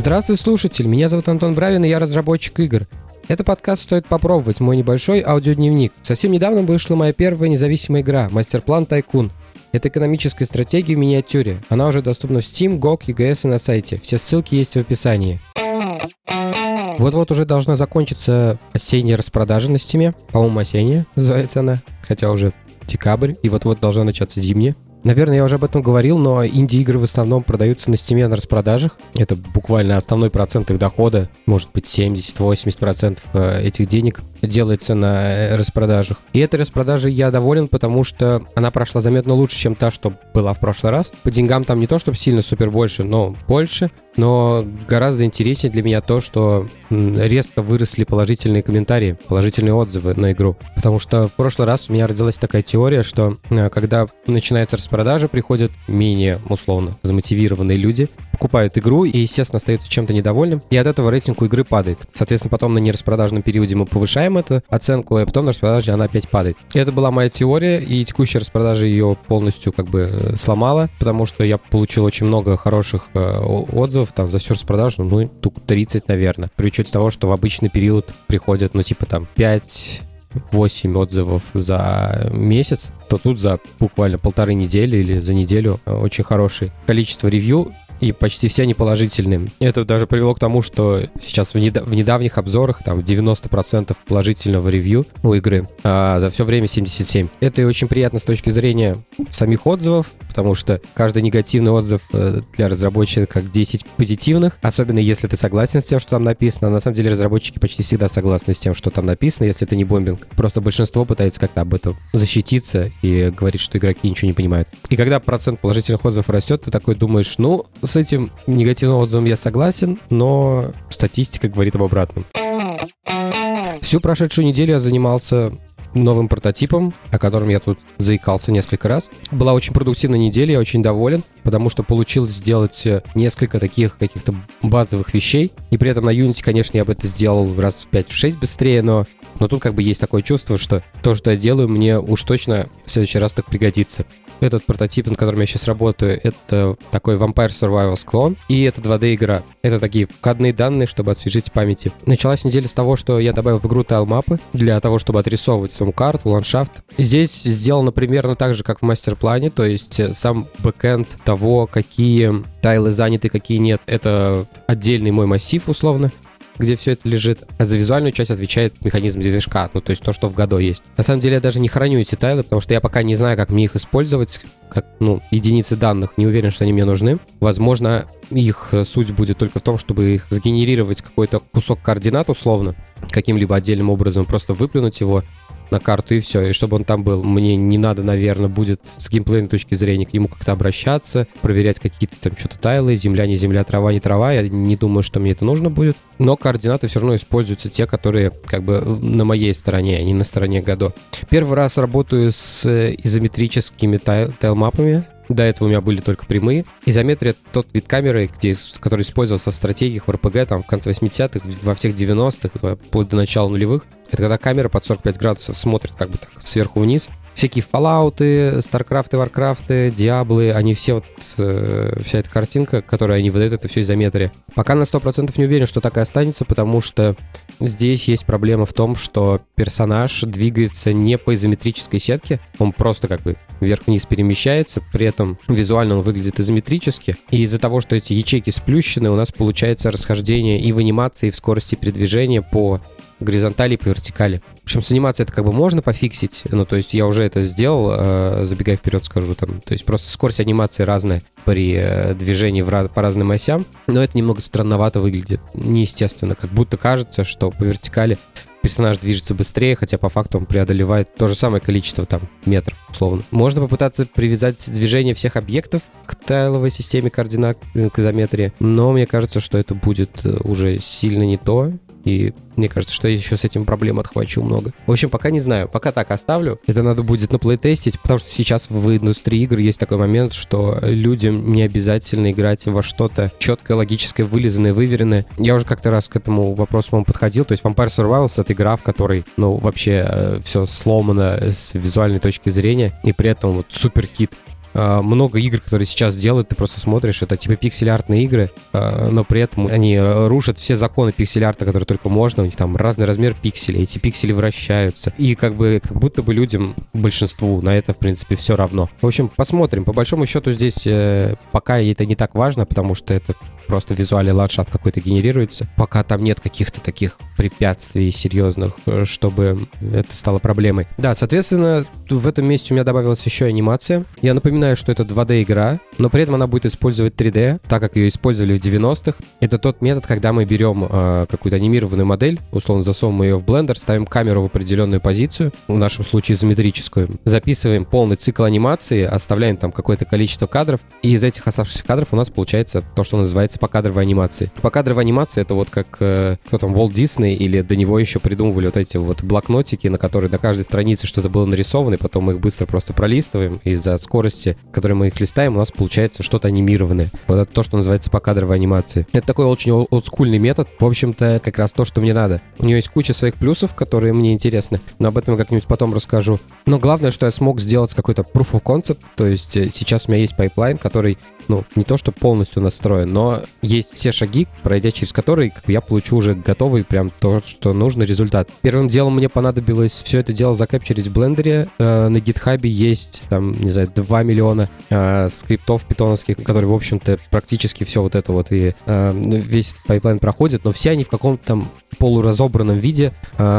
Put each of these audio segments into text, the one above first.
Здравствуй, слушатель! Меня зовут Антон Бравин, и я разработчик игр. Это подкаст «Стоит попробовать», мой небольшой аудиодневник. Совсем недавно вышла моя первая независимая игра «Мастерплан Тайкун». Это экономическая стратегия в миниатюре. Она уже доступна в Steam, GOG, EGS и на сайте. Все ссылки есть в описании. Вот-вот уже должна закончиться осенняя распродажа на Steam. По-моему, осенняя называется она, хотя уже декабрь, и вот-вот должна начаться зимняя. Наверное, я уже об этом говорил, но инди-игры в основном продаются на Steam на распродажах. Это буквально основной процент их дохода, может быть 70-80% этих денег делается на распродажах. И этой распродажей я доволен, потому что она прошла заметно лучше, чем та, что была в прошлый раз. По деньгам там не то, чтобы сильно супер больше, но больше. Но гораздо интереснее для меня то, что резко выросли положительные комментарии, положительные отзывы на игру. Потому что в прошлый раз у меня родилась такая теория, что когда начинается распродажа, приходят менее, условно, замотивированные люди, покупают игру и, естественно, остаются чем-то недовольным, и от этого рейтинг у игры падает. Соответственно, потом на нераспродажном периоде мы повышаем эту оценку, а потом на распродаже она опять падает. И это была моя теория, и текущая распродажа ее полностью сломала, потому что я получил очень много хороших отзывов там за всю распродажу, штук 30, наверное. При учете того, что в обычный период приходят, 5-8 отзывов за месяц, то тут за буквально полторы недели или за неделю очень хорошее количество ревью, и почти все они положительные. Это даже привело к тому, что сейчас в недавних обзорах там 90% положительного ревью у игры, а за все время 77%. Это и очень приятно с точки зрения самих отзывов, потому что каждый негативный отзыв для разработчика как 10 позитивных, особенно если ты согласен с тем, что там написано. На самом деле разработчики почти всегда согласны с тем, что там написано, если это не бомбинг. Просто большинство пытается как-то об этом защититься и говорит, что игроки ничего не понимают. И когда процент положительных отзывов растет, ты такой думаешь, с этим негативным отзывом я согласен, но статистика говорит об обратном. Всю прошедшую неделю я занимался новым прототипом, о котором я тут заикался несколько раз. Была очень продуктивная неделя, я очень доволен, потому что получилось сделать несколько таких каких-то базовых вещей. И при этом на Unity, конечно, я бы это сделал раз в 5-6 быстрее, но тут есть такое чувство, что то, что я делаю, мне уж точно в следующий раз так пригодится. Этот прототип, над которым я сейчас работаю, это такой Vampire Survivors клон, и это 2D-игра. Это такие входные данные, чтобы освежить в памяти. Началась неделя с того, что я добавил в игру тайл-мапы для того, чтобы отрисовывать саму карту, ландшафт. Здесь сделано примерно так же, как в мастер-плане, то есть сам бэкэнд того, какие тайлы заняты, какие нет, это отдельный мой массив, условно, где все это лежит. А за визуальную часть отвечает механизм движка, то есть то, что в Godot есть. На самом деле я даже не храню эти тайлы, потому что я пока не знаю, как мне их использовать, как, единицы данных, не уверен, что они мне нужны. Возможно, их суть будет только в том, чтобы их сгенерировать какой-то кусок координат, условно, каким-либо отдельным образом, просто выплюнуть его на карту и все, и чтобы он там был. Мне не надо, наверное, будет с геймплейной точки зрения к нему как-то обращаться, проверять какие-то там что-то тайлы, земля, не земля, трава, не трава. Я не думаю, что мне это нужно будет. Но координаты все равно используются те, которые на моей стороне, а не на стороне Godot. Первый раз работаю с изометрическими тайлмапами. До этого у меня были только прямые. Изометрия — это тот вид камеры, который использовался в стратегиях, в РПГ, там, в конце 80-х, во всех 90-х, вплоть до начала нулевых. Это когда камера под 45 градусов смотрит так сверху вниз. Всякие Fallout'ы, StarCraft'ы, Warcraft'ы, Diablo'ы, они все вся эта картинка, которую они выдают, это все изометрия. Пока на 100% не уверен, что так и останется, потому что здесь есть проблема в том, что персонаж двигается не по изометрической сетке, он просто вверх-вниз перемещается, при этом визуально он выглядит изометрически. И из-за того, что эти ячейки сплющены, у нас получается расхождение и в анимации, и в скорости передвижения по горизонтали и по вертикали. В общем, с анимацией это можно пофиксить, то есть я уже это сделал, забегая вперед скажу, то есть просто скорость анимации разная при движении по разным осям, но это немного странновато выглядит, неестественно, как будто кажется, что по вертикали персонаж движется быстрее, хотя по факту он преодолевает то же самое количество метров, условно. Можно попытаться привязать движение всех объектов к тайловой системе координат, к изометрии, но мне кажется, что это будет уже сильно не то, и мне кажется, что я еще с этим проблем отхвачу много. В общем, пока не знаю, пока так оставлю. Это надо будет наплейтестить, потому что сейчас в индустрии игр есть такой момент, что людям не обязательно играть во что-то четкое, логическое, вылизанное, выверенное. Я уже как-то раз к этому вопросу вам подходил. То есть Vampire Survivors — это игра, в которой, вообще все сломано с визуальной точки зрения, и при этом супер хит. много игр, которые сейчас делают, ты просто смотришь, это типа пиксель-артные игры, но при этом они рушат все законы пиксель-арта, которые только можно, у них там разный размер пикселей, эти пиксели вращаются, и как будто бы людям, большинству, на это, в принципе, все равно. В общем, посмотрим. По большому счету здесь пока это не так важно, потому что это просто визуальный ландшафт какой-то генерируется. Пока там нет каких-то таких препятствий серьезных, чтобы это стало проблемой. Да, соответственно, в этом месте у меня добавилась еще анимация. Я напоминаю, что это 2D-игра, но при этом она будет использовать 3D, так как ее использовали в 90-х. Это тот метод, когда мы берем какую-то анимированную модель, условно засовываем ее в Blender, ставим камеру в определенную позицию, в нашем случае изометрическую, записываем полный цикл анимации, оставляем там какое-то количество кадров, и из этих оставшихся кадров у нас получается то, что называется покадровой анимацией. Покадровая анимация — это вот как кто там, Walt Disney, или до него еще придумывали вот эти вот блокнотики, на которые на каждой странице что-то было нарисовано, и потом мы их быстро просто пролистываем, и из-за скорости, которой мы их листаем, у нас получается что-то анимированное. Вот это то, что называется покадровой анимацией. Это такой очень олдскульный метод, в общем-то, как раз то, что мне надо. У нее есть куча своих плюсов, которые мне интересны, но об этом я как-нибудь потом расскажу. Но главное, что я смог сделать какой-то proof of concept, то есть сейчас у меня есть пайплайн, который, не то что полностью настроен, но есть все шаги, пройдя через которые я получу уже готовый прям то, что нужно, результат. Первым делом мне понадобилось все это дело закэпчерить в блендере. На гитхабе есть, там, не знаю, 2 миллиона скриптов питоновских, которые, в общем-то, практически все вот это вот и весь этот пайплайн проходит, но все они в каком-то там полуразобранном виде,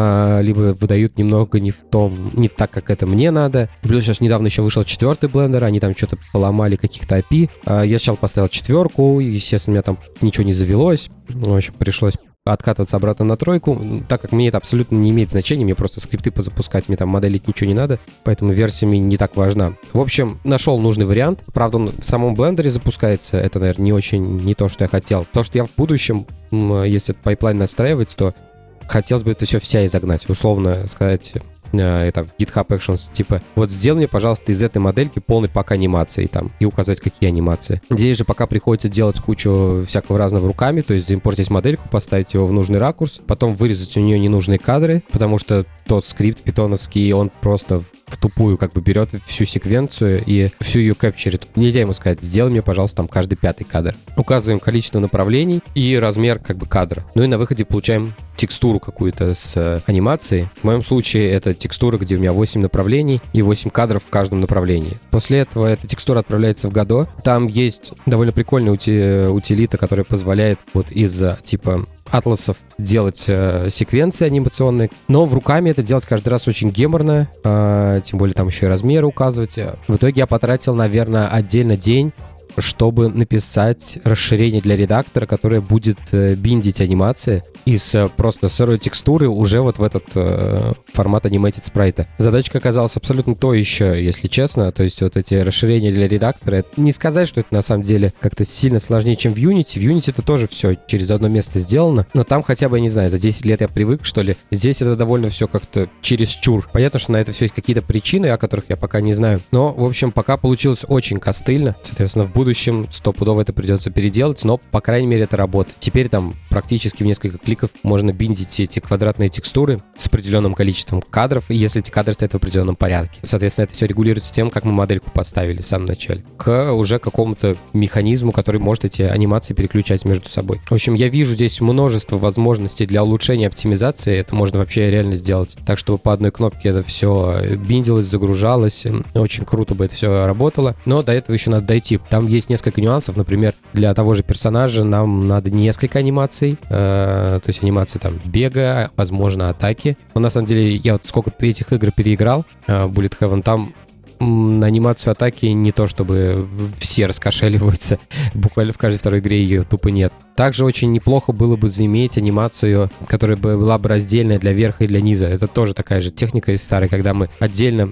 либо выдают немного не так, как это мне надо. Плюс сейчас недавно еще вышел 4-й блендер, они там что-то поломали каких-то API. Я сначала поставил 4, естественно, у меня там ничего не завелось. В общем, пришлось откатываться обратно на 3, так как мне это абсолютно не имеет значения, мне просто скрипты позапускать, мне там моделить ничего не надо, поэтому версия мне не так важна. В общем, нашел нужный вариант, правда, он в самом блендере запускается, это, наверное, не то, что я хотел. То, что я в будущем, если этот пайплайн настраивать, то хотелось бы это все вся изогнать, условно сказать, это в GitHub Actions, типа, вот сделай мне, пожалуйста, из этой модельки полный пак анимации там, и указать, какие анимации. Здесь же пока приходится делать кучу всякого разного руками, то есть заимпортить модельку, поставить его в нужный ракурс, потом вырезать у нее ненужные кадры, потому что тот скрипт питоновский, он просто в тупую берет всю секвенцию и всю ее кэпчерит. Нельзя ему сказать, сделай мне, пожалуйста, там каждый 5-й кадр. Указываем количество направлений и размер кадра. Ну и на выходе получаем текстуру какую-то с анимацией. В моем случае это текстура, где у меня 8 направлений и 8 кадров в каждом направлении. После этого эта текстура отправляется в Godot. Там есть довольно прикольная утилита, которая позволяет вот из типа атласов делать секвенции анимационные, но в руками это делать каждый раз очень геморно, тем более там еще и размеры указывать. В итоге я потратил, наверное, отдельно день, чтобы написать расширение для редактора, которое будет биндить анимации из просто сырой текстуры уже вот в этот формат Animated Sprite. Задачка оказалась абсолютно то еще, если честно. То есть вот эти расширения для редактора, не сказать, что это на самом деле как-то сильно сложнее, чем в Unity. В Unity это тоже все через одно место сделано, но там хотя бы, я не знаю, за 10 лет я привык, что ли. Здесь это довольно все как-то чересчур. Понятно, что на это все есть какие-то причины, о которых я пока не знаю. Но, в общем, пока получилось очень костыльно. Соответственно, в будущем стопудово это придется переделать, но, по крайней мере, это работает. Теперь там практически в несколько кликов можно биндить эти квадратные текстуры с определенным количеством кадров, если эти кадры стоят в определенном порядке. Соответственно, это все регулируется тем, как мы модельку поставили в самом начале, к уже какому-то механизму, который может эти анимации переключать между собой. В общем, я вижу здесь множество возможностей для улучшения оптимизации. Это можно вообще реально сделать так, чтобы по одной кнопке это все биндилось, загружалось. Очень круто бы это все работало. Но до этого еще надо дойти. Там есть несколько нюансов. Например, для того же персонажа нам надо несколько анимаций. То есть анимации там бега, возможно, атаки. Но на самом деле я вот сколько этих игр переиграл, Bullet Heaven, там на анимацию атаки не то чтобы все раскошеливаются. Буквально в каждой второй игре ее тупо нет. Также очень неплохо было бы заиметь анимацию, которая была бы раздельная для верха и для низа. Это тоже такая же техника из старой, когда мы отдельно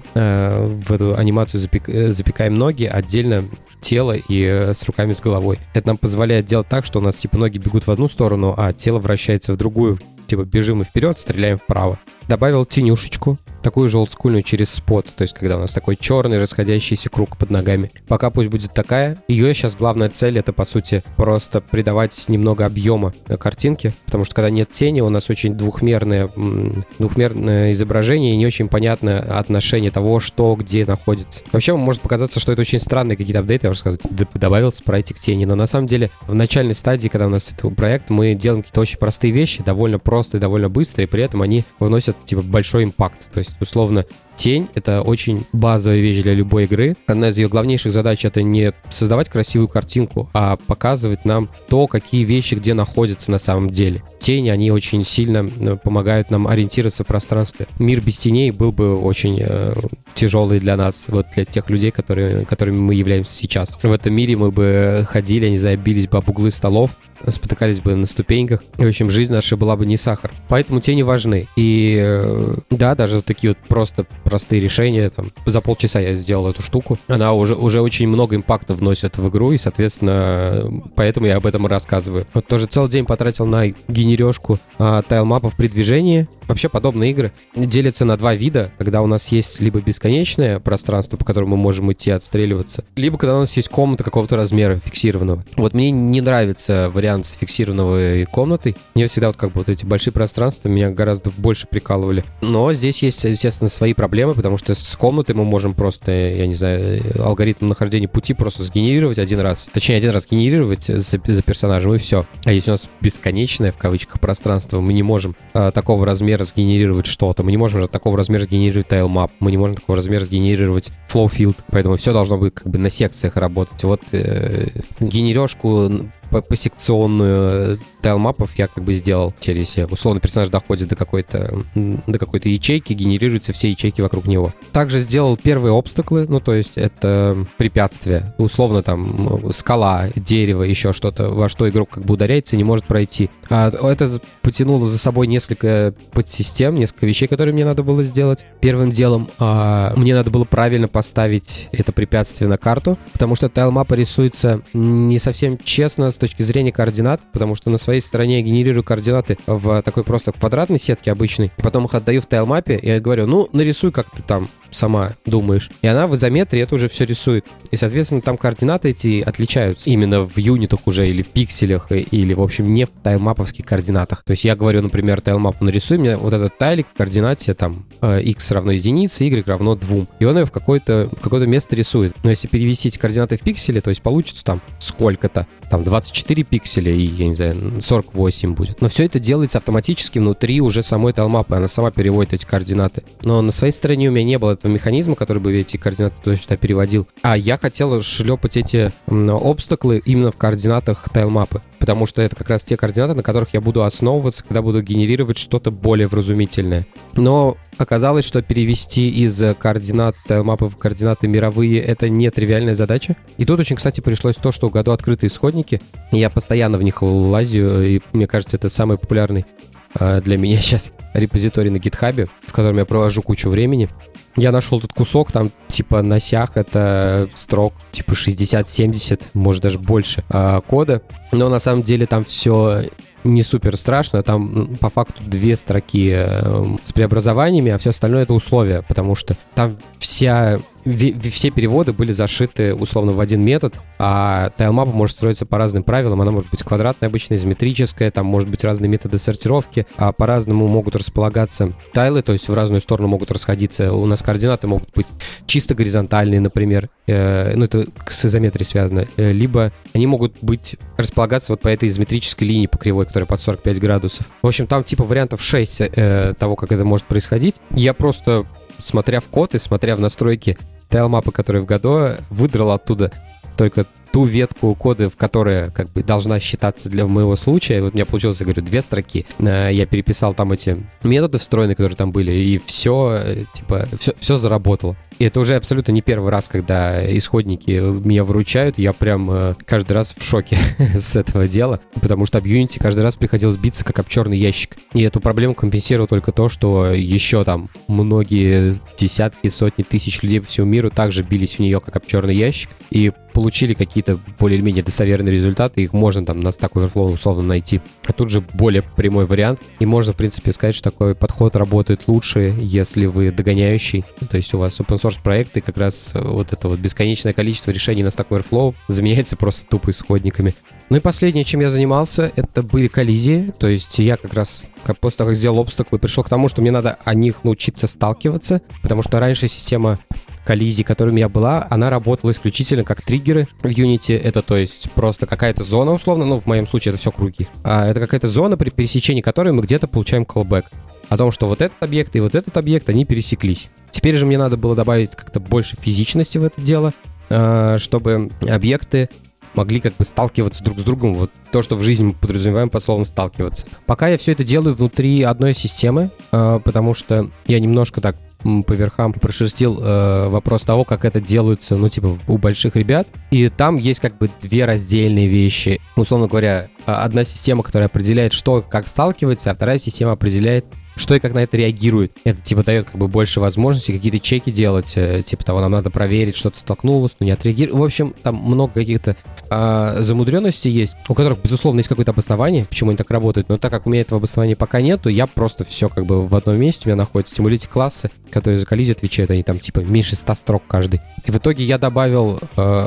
в эту анимацию запекаем ноги, отдельно тело и с руками, с головой. Это нам позволяет делать так, что у нас типа ноги бегут в одну сторону, а тело вращается в другую. Типа бежим мы вперед, стреляем вправо. добавил тенюшечку, такую же олдскульную через спот, то есть когда у нас такой черный расходящийся круг под ногами. Пока пусть будет такая. Ее сейчас главная цель — это, по сути, просто придавать немного объема картинке, потому что когда нет тени, у нас очень двухмерное изображение и не очень понятное отношение того, что где находится. Вообще, может показаться, что это очень странные какие-то апдейты, я рассказываю, добавил спрайтик тени, но на самом деле в начальной стадии, когда у нас это проект, мы делаем какие-то очень простые вещи, довольно простые, довольно быстрые, и при этом они вносят, типа, большой импакт. То есть, условно, тень — это очень базовая вещь для любой игры. Одна из ее главнейших задач — это не создавать красивую картинку, а показывать нам то, какие вещи где находятся на самом деле. Тени, они очень сильно помогают нам ориентироваться в пространстве. Мир без теней был бы очень тяжелый для нас, вот для тех людей, которыми мы являемся сейчас. В этом мире мы бы ходили, не знаю, бились бы об углы столов, спотыкались бы на ступеньках, и, в общем, жизнь наша была бы не сахар. Поэтому тени важны. И да, даже вот такие вот просто простые решения, там, за полчаса я сделал эту штуку, она уже очень много импакта вносит в игру, и, соответственно, поэтому я об этом и рассказываю. Вот тоже целый день потратил на генережку тайлмапов при движении. Вообще подобные игры делятся на два вида, когда у нас есть либо бесконечное пространство, по которому мы можем идти отстреливаться, либо когда у нас есть комната какого-то размера фиксированного. Вот мне не нравится вариант с фиксированной комнатой. Мне всегда вот как бы вот эти большие пространства меня гораздо больше прикалывали. Но здесь есть, естественно, свои проблемы, потому что с комнатой мы можем просто, я не знаю, алгоритм нахождения пути просто сгенерировать один раз. Точнее, один раз генерировать за персонажем, и все. А если у нас бесконечное, в кавычках, пространство, мы не можем такого размера сгенерировать что-то. Мы не можем такого размера сгенерировать тайлмап. Мы не можем такого размера сгенерировать flow-field. Поэтому все должно быть как бы на секциях работать. Вот генережку посекционную тайлмапов я как бы сделал. Если условно персонаж доходит до какой-то ячейки, генерируются все ячейки вокруг него. Также сделал первые обстаклы, ну то есть это препятствия. Условно там скала, дерево, еще что-то, во что игрок как бы ударяется и не может пройти. А это потянуло за собой несколько подсистем, несколько вещей, которые мне надо было сделать. Первым делом мне надо было правильно поставить это препятствие на карту, потому что тайлмапа рисуется не совсем честно с точки зрения координат, потому что на своей стороне я генерирую координаты в такой просто квадратной сетке обычной, потом их отдаю в тайлмапе, и я говорю, ну, нарисуй, как ты там сама думаешь. И она в изометрии это уже все рисует. И, соответственно, там координаты эти отличаются именно в юнитах уже, или в пикселях, или, в общем, не в тайлмаповских координатах. То есть я говорю, например, тайлмапу нарисуй мне вот этот тайлик в координате там x равно единице, y равно 2. И он ее в какое-то место рисует. Но если перевести эти координаты в пиксели, то есть получится там сколько-то, там 24 пикселя и, я не знаю, 48 будет. Но все это делается автоматически внутри уже самой тайлмапы. Она сама переводит эти координаты. Но на своей стороне у меня не было этого механизма, который бы эти координаты туда-сюда переводил. А я хотел шлепать эти обстаклы именно в координатах тайлмапы. Потому что это как раз те координаты, на которых я буду основываться, когда буду генерировать что-то более вразумительное. Но оказалось, что перевести из координат тайлмапы в координаты мировые — это не тривиальная задача. И тут очень, кстати, пришлось то, что в году открыты исходники. Я постоянно в них лазю, и мне кажется, это самый популярный для меня сейчас репозиторий на гитхабе, в котором я провожу кучу времени. Я нашел этот кусок, там типа на сях это строк типа 60-70, может даже больше кода. Но на самом деле там все не супер страшно. Там по факту 2 строки с преобразованиями, а все остальное это условия, потому что там все переводы были зашиты условно в один метод, а тайлмапа может строиться по разным правилам. Она может быть квадратная, обычно изометрическая, там может быть разные методы сортировки, а по-разному могут располагаться тайлы, то есть в разную сторону могут расходиться. У нас координаты могут быть чисто горизонтальные, например, это с изометрией связано, либо они могут располагаться вот по этой изометрической линии по кривой, которая под 45 градусов. В общем, там типа вариантов 6 того, как это может происходить. Я просто, смотря в код и смотря в настройки тайлмапы, которые в году, выдрал оттуда только ту ветку кода, которая как бы должна считаться для моего случая. Вот у меня получилось, я говорю, 2 строки. Я переписал там эти методы встроенные, которые там были, и все заработало. И это уже абсолютно не первый раз, когда исходники меня выручают. Я прям каждый раз в шоке с этого дела, потому что об Unity каждый раз приходилось биться как об черный ящик. И эту проблему компенсировало только то, что еще там многие десятки, сотни тысяч людей по всему миру также бились в нее как об черный ящик и получили какие-то какие-то более или менее достоверные результаты, их можно там на Stack Overflow условно найти. А тут же более прямой вариант, и можно, в принципе, сказать, что такой подход работает лучше, если вы догоняющий, то есть у вас open source проект, и как раз вот это вот бесконечное количество решений на Stack Overflow заменяется просто тупо исходниками. Ну и последнее, чем я занимался, это были коллизии, то есть я как раз после того, как сделал обстаклы, пришел к тому, что мне надо о них научиться сталкиваться, потому что раньше система коллизий, которая у меня была, она работала исключительно как триггеры в Unity. Это, то есть, просто какая-то зона, условно, ну, в моем случае это все круги. Это какая-то зона, при пересечении которой мы где-то получаем callback о том, что вот этот объект и вот этот объект, они пересеклись. Теперь же мне надо было добавить как-то больше физичности в это дело, чтобы объекты могли как бы сталкиваться друг с другом, вот то, что в жизни мы подразумеваем под словом «сталкиваться». Пока я все это делаю внутри одной системы, потому что я немножко так по верхам прошерстил вопрос того, как это делается, ну, типа, у больших ребят. И там есть как бы две раздельные вещи. Условно говоря, одна система, которая определяет, что как сталкивается, а вторая система определяет, что и как на это реагирует. Это, типа, дает как бы больше возможностей какие-то чеки делать, типа того, нам надо проверить, что-то столкнулось, но не отреагировало. В общем, там много каких-то замудренностей есть, у которых, безусловно, есть какое-то обоснование, почему они так работают, но так как у меня этого обоснования пока нету, я просто все как бы в одном месте, у меня находятся стимулите классы, которые за коллизию отвечают, они там типа меньше 100 строк каждый. И в итоге я добавил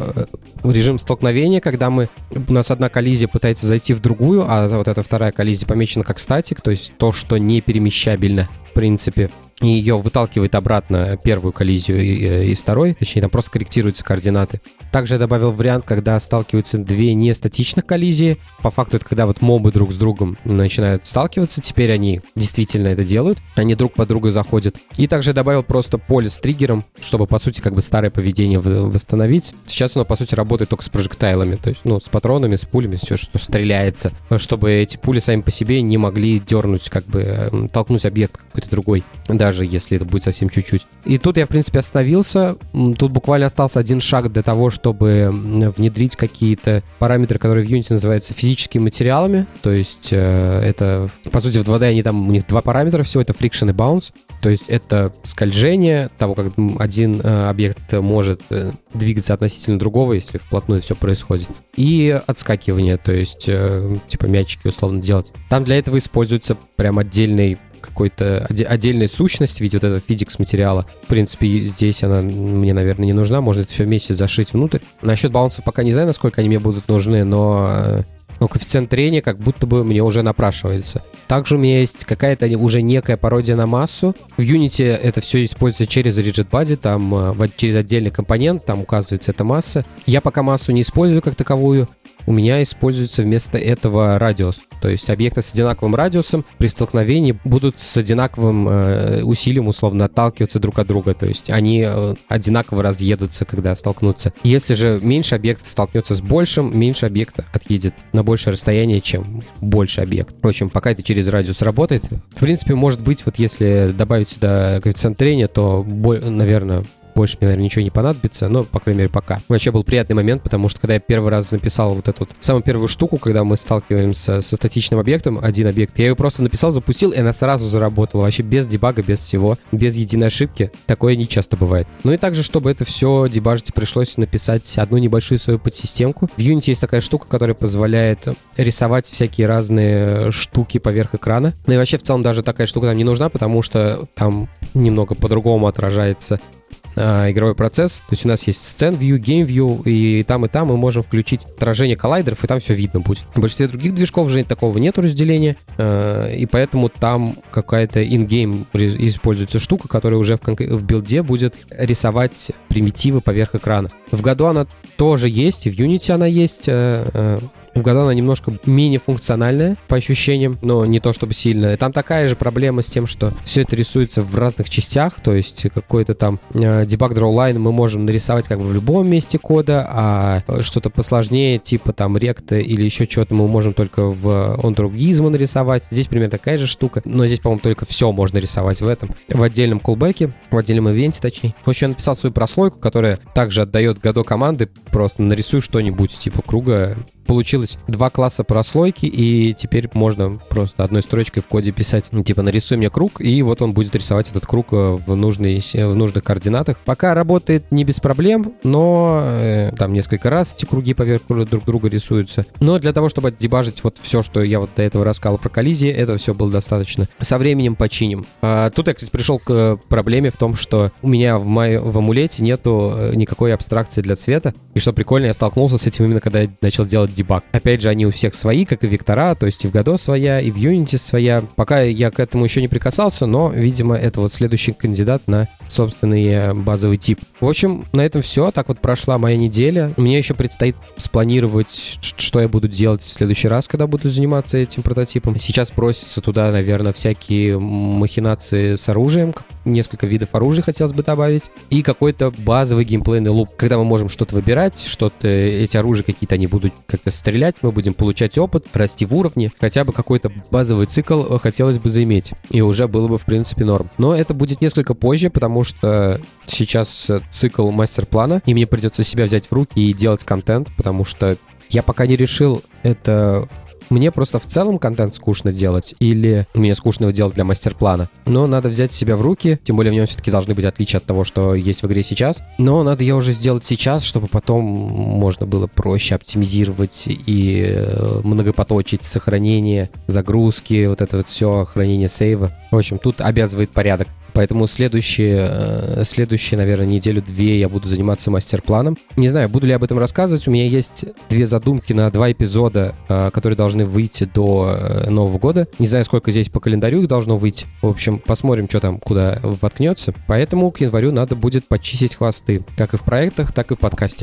режим столкновения, когда у нас одна коллизия пытается зайти в другую, а вот эта вторая коллизия помечена как статик, то есть то, что не перемещабельно, в принципе, и ее выталкивает обратно первую коллизию из второй, точнее, там просто корректируются координаты. Также я добавил вариант, когда сталкиваются две нестатичных коллизии. По факту это когда вот мобы друг с другом начинают сталкиваться, теперь они действительно это делают, они друг под друга заходят. И также я добавил просто поле с триггером, чтобы, по сути, как бы старое поведение восстановить. Сейчас оно, по сути, работает только с прожектайлами, то есть, ну, с патронами, с пулями, все, что стреляется, чтобы эти пули сами по себе не могли дернуть, как бы, толкнуть объект какой-то другой, даже если это будет совсем чуть-чуть. И тут я, в принципе, остановился. Тут буквально остался один шаг для того, чтобы внедрить какие-то параметры, которые в Unity называются физическими материалами. То есть это, по сути, в 2D они там, у них два параметра всего, это friction и bounce. То есть это скольжение того, как один объект может двигаться относительно другого, если вплотную все происходит. И отскакивание, то есть типа мячики условно делать. Там для этого используется прям отдельный какой-то отдельная сущность в виде вот этого физикс материала. В принципе, здесь она мне, наверное, не нужна. Можно это все вместе зашить внутрь. Насчет баунса пока не знаю, насколько они мне будут нужны, но коэффициент трения как будто бы мне уже напрашивается. Также у меня есть какая-то уже некая пародия на массу. В Unity это все используется через Rigid Body, там через отдельный компонент, там указывается эта масса. Я пока массу не использую как таковую. У меня используется вместо этого радиус. То есть объекты с одинаковым радиусом при столкновении будут с одинаковым усилием условно отталкиваться друг от друга. То есть они одинаково разъедутся, когда столкнутся. Если же меньше объект столкнется с большим, меньше объект отъедет на большее расстояние, чем больше объект. В общем, пока это через радиус работает. В принципе, может быть, вот если добавить сюда коэффициент трения, то, наверное, больше мне, наверное, ничего не понадобится, но, по крайней мере, пока. Вообще был приятный момент, потому что, когда я первый раз написал вот эту вот самую первую штуку, когда мы сталкиваемся со статичным объектом, один объект, я ее просто написал, запустил, и она сразу заработала. Вообще без дебага, без всего, без единой ошибки. Такое не часто бывает. Ну и также, чтобы это все дебажить, пришлось написать одну небольшую свою подсистемку. В Unity есть такая штука, которая позволяет рисовать всякие разные штуки поверх экрана. Ну и вообще, в целом, даже такая штука нам не нужна, потому что там немного по-другому отражается игровой процесс. То есть у нас есть Scene View, Game View, и там мы можем включить отражение коллайдеров, и там все видно будет. В большинстве других движков же такого нету разделения, и поэтому там какая-то in-game используется штука, которая уже в билде будет рисовать примитивы поверх экрана. В году она тоже есть, и в Unity она есть. В году она немножко менее функциональная по ощущениям, но не то чтобы сильно. Там такая же проблема с тем, что все это рисуется в разных частях, то есть какой-то там debug draw line мы можем нарисовать как бы в любом месте кода, а что-то посложнее, типа там ректа или еще что-то мы можем только в on-drop gizmo нарисовать. Здесь примерно такая же штука, но здесь, по-моему, только все можно рисовать в этом. В отдельном callback'е, в отдельном ивенте, точнее. В общем, я написал свою прослойку, которая также отдает Godot команды, просто нарисуй что-нибудь типа круга, получилось 2 класса прослойки, и теперь можно просто одной строчкой в коде писать, типа, нарисуй мне круг, и вот он будет рисовать этот круг в нужных координатах. Пока работает не без проблем, но там несколько раз эти круги поверх друг друга рисуются. Но для того, чтобы отдебажить вот все, что я вот до этого рассказал про коллизии, этого все было достаточно. Со временем починим. Тут я, кстати, пришел к проблеме в том, что у меня в амулете нету никакой абстракции для цвета. И что прикольно, я столкнулся с этим именно когда я начал делать дебаг. Опять же, они у всех свои, как и вектора, то есть и в Godot своя, и в Unity своя. Пока я к этому еще не прикасался, но, видимо, это вот следующий кандидат на собственный базовый тип. В общем, на этом все. Так вот прошла моя неделя. Мне еще предстоит спланировать, что я буду делать в следующий раз, когда буду заниматься этим прототипом. Сейчас просятся туда, наверное, всякие махинации с оружием. Несколько видов оружия хотелось бы добавить. И какой-то базовый геймплейный луп, когда мы можем что-то выбирать, что-то, эти оружия какие-то, они будут как-то стрелять, мы будем получать опыт, расти в уровне. Хотя бы какой-то базовый цикл хотелось бы заиметь. И уже было бы, в принципе, норм. Но это будет несколько позже, потому что сейчас цикл мастер-плана, и мне придется себя взять в руки и делать контент, потому что я пока не решил, это мне просто в целом контент скучно делать или мне скучно его делать для мастер-плана. Но надо взять себя в руки, тем более в нем все-таки должны быть отличия от того, что есть в игре сейчас. Но надо ее уже сделать сейчас, чтобы потом можно было проще оптимизировать и многопоточить сохранение, загрузки, вот это вот все, хранение сейва. В общем, тут обязывает порядок. Поэтому следующие, наверное, неделю-две я буду заниматься мастер-планом. Не знаю, буду ли об этом рассказывать. У меня есть 2 задумки на 2 эпизода, которые должны выйти до Нового года. Не знаю, сколько здесь по календарю их должно выйти. В общем, посмотрим, что там, куда воткнется. Поэтому к январю надо будет почистить хвосты. Как и в проектах, так и в подкасте.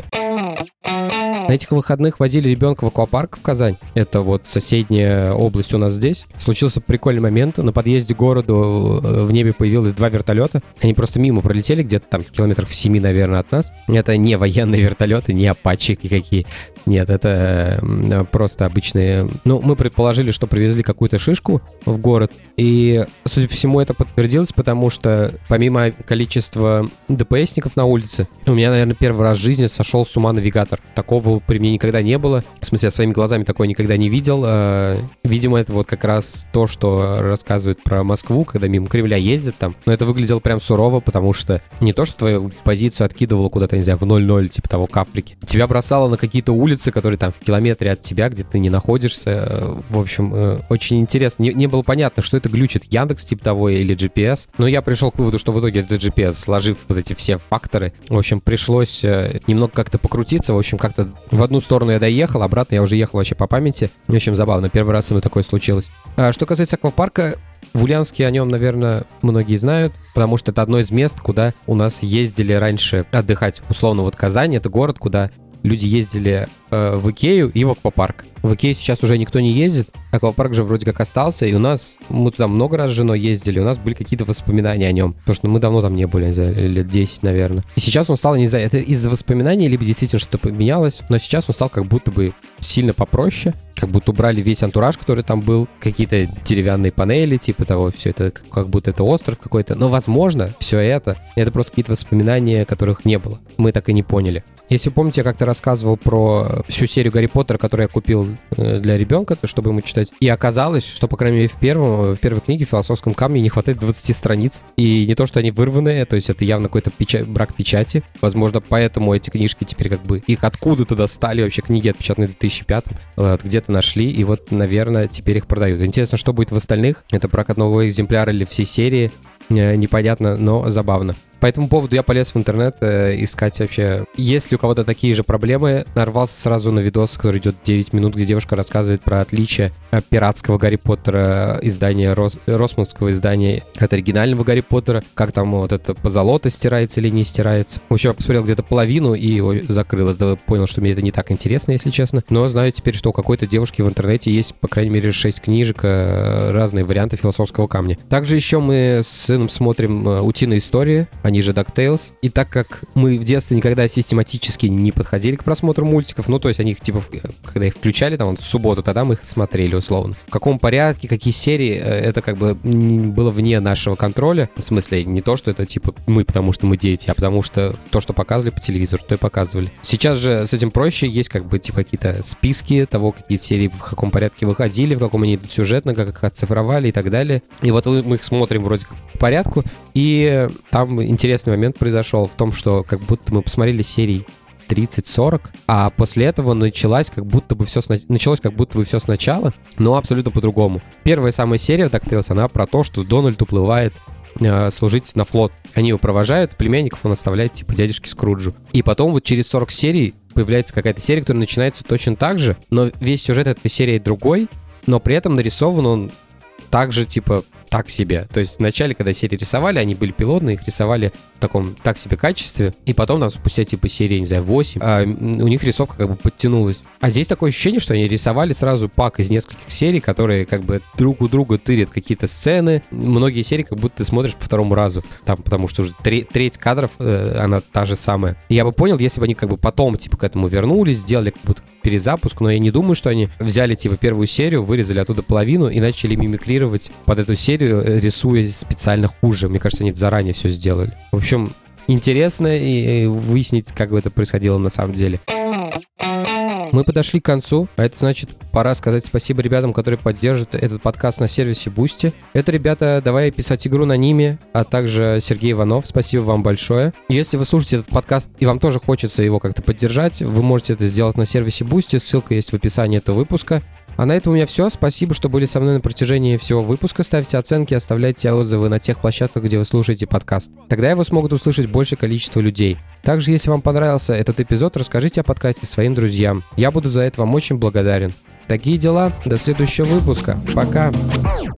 На этих выходных возили ребенка в аквапарк в Казань. Это вот соседняя область у нас здесь. Случился прикольный момент. На подъезде к городу в небе появилось 2 вертолета. Они просто мимо пролетели, где-то там километров в 7, наверное, от нас. Это не военные вертолеты, не апачи никакие. Нет, это просто обычные... Ну, мы предположили, что привезли какую-то шишку в город. И, судя по всему, это подтвердилось, потому что помимо количества ДПСников на улице, у меня, наверное, первый раз в жизни сошел с ума навигатор. Такого при мне никогда не было. В смысле, я своими глазами такое никогда не видел. Видимо, это вот как раз то, что рассказывают про Москву, когда мимо Кремля ездят там. Но это выглядело прям сурово, потому что не то, что твою позицию откидывало куда-то, не знаю, в 0-0, типа того, к Африке. Тебя бросало на какие-то улицы, которые там в километре от тебя, где ты не находишься. В общем, очень интересно. Не было понятно, что это глючит, Яндекс типа того или GPS. Но я пришел к выводу, что в итоге это GPS, сложив вот эти все факторы. В общем, пришлось немного как-то покрутиться. В общем, как-то в одну сторону я доехал, обратно я уже ехал вообще по памяти. В общем, забавно. Первый раз со мной такое случилось. Что касается аквапарка, в Ульяновске о нем, наверное, многие знают, потому что это одно из мест, куда у нас ездили раньше отдыхать. Условно, вот Казань — это город, куда люди ездили в Икею и в аквапарк. В Икею сейчас уже никто не ездит, аквапарк же вроде как остался, и мы туда много раз с женой ездили, у нас были какие-то воспоминания о нем, потому что мы давно там не были, не знаю, лет 10, наверное. И сейчас он стал, не знаю, это из-за воспоминаний, либо действительно что-то поменялось, но сейчас он стал как будто бы сильно попроще, как будто убрали весь антураж, который там был, какие-то деревянные панели, типа того, все это, как будто это остров какой-то, но, возможно, все это просто какие-то воспоминания, которых не было, мы так и не поняли. Если помните, я как-то рассказывал про всю серию Гарри Поттера, которую я купил для ребенка, чтобы ему читать. И оказалось, что, по крайней мере, в первой книге в «Философском камне» не хватает 20 страниц. И не то, что они вырванные, то есть это явно какой-то брак печати. Возможно, поэтому эти книжки теперь как бы... Их откуда-то достали, вообще книги отпечатанные в 2005 где-то нашли, и вот, наверное, теперь их продают. Интересно, что будет в остальных. Это прокат нового экземпляра или всей серии. Непонятно, но забавно. По этому поводу я полез в интернет искать вообще, есть ли у кого-то такие же проблемы. Нарвался сразу на видос, который идет 9 минут, где девушка рассказывает про отличие пиратского Гарри Поттера, издания росманского издания от оригинального Гарри Поттера, как там вот это позолота стирается или не стирается. В общем, я посмотрел где-то половину и его закрыл. Это понял, что мне это не так интересно, если честно. Но знаю теперь, что у какой-то девушки в интернете есть, по крайней мере, 6 книжек, разные варианты «Философского камня». Также еще мы с сыном смотрим «Утиные истории». они же DuckTales. И так как мы в детстве никогда систематически не подходили к просмотру мультиков, ну, то есть они их, типа, когда их включали там в субботу, тогда мы их смотрели условно. В каком порядке, какие серии, это как бы было вне нашего контроля. В смысле, не то, что это, типа, мы, потому что мы дети, а потому что то, что показывали по телевизору, то и показывали. Сейчас же с этим проще, есть как бы, типа, какие-то списки того, какие серии в каком порядке выходили, в каком они идут сюжетно, как их оцифровали и так далее. И вот мы их смотрим вроде как по порядку, и там интересный момент произошел в том, что как будто мы посмотрели серии 30-40, а после этого началось как будто бы все сначала, но абсолютно по-другому. Первая самая серия в DuckTales, она про то, что Дональд уплывает служить на флот. Они его провожают, племянников он оставляет типа дядюшке Скруджу. И потом вот через 40 серий появляется какая-то серия, которая начинается точно так же, но весь сюжет этой серии другой, но при этом нарисован он также типа так себе. То есть вначале, когда серии рисовали, они были пилотные, их рисовали в таком так себе качестве, и потом там спустя типа серии, не знаю, 8, у них рисовка как бы подтянулась. А здесь такое ощущение, что они рисовали сразу пак из нескольких серий, которые как бы друг у друга тырят какие-то сцены. Многие серии как будто ты смотришь по второму разу, там, потому что уже треть кадров, она та же самая. И я бы понял, если бы они как бы потом типа к этому вернулись, сделали как будто перезапуск, но я не думаю, что они взяли типа первую серию, вырезали оттуда половину и начали мимикрировать под эту серию, рисуя специально хуже. Мне кажется, они это заранее все сделали. В общем, интересно и выяснить, как это происходило на самом деле. Мы подошли к концу, а это значит, пора сказать спасибо ребятам, которые поддерживают этот подкаст на сервисе Boosty. Это ребята «Давай писать игру» на Ниме, а также Сергей Иванов. Спасибо вам большое. Если вы слушаете этот подкаст и вам тоже хочется его как-то поддержать, вы можете это сделать на сервисе Boosty. Ссылка есть в описании этого выпуска. А на этом у меня все. Спасибо, что были со мной на протяжении всего выпуска. Ставьте оценки, оставляйте отзывы на тех площадках, где вы слушаете подкаст. Тогда его смогут услышать большее количество людей. Также, если вам понравился этот эпизод, расскажите о подкасте своим друзьям. Я буду за это вам очень благодарен. Такие дела. До следующего выпуска. Пока.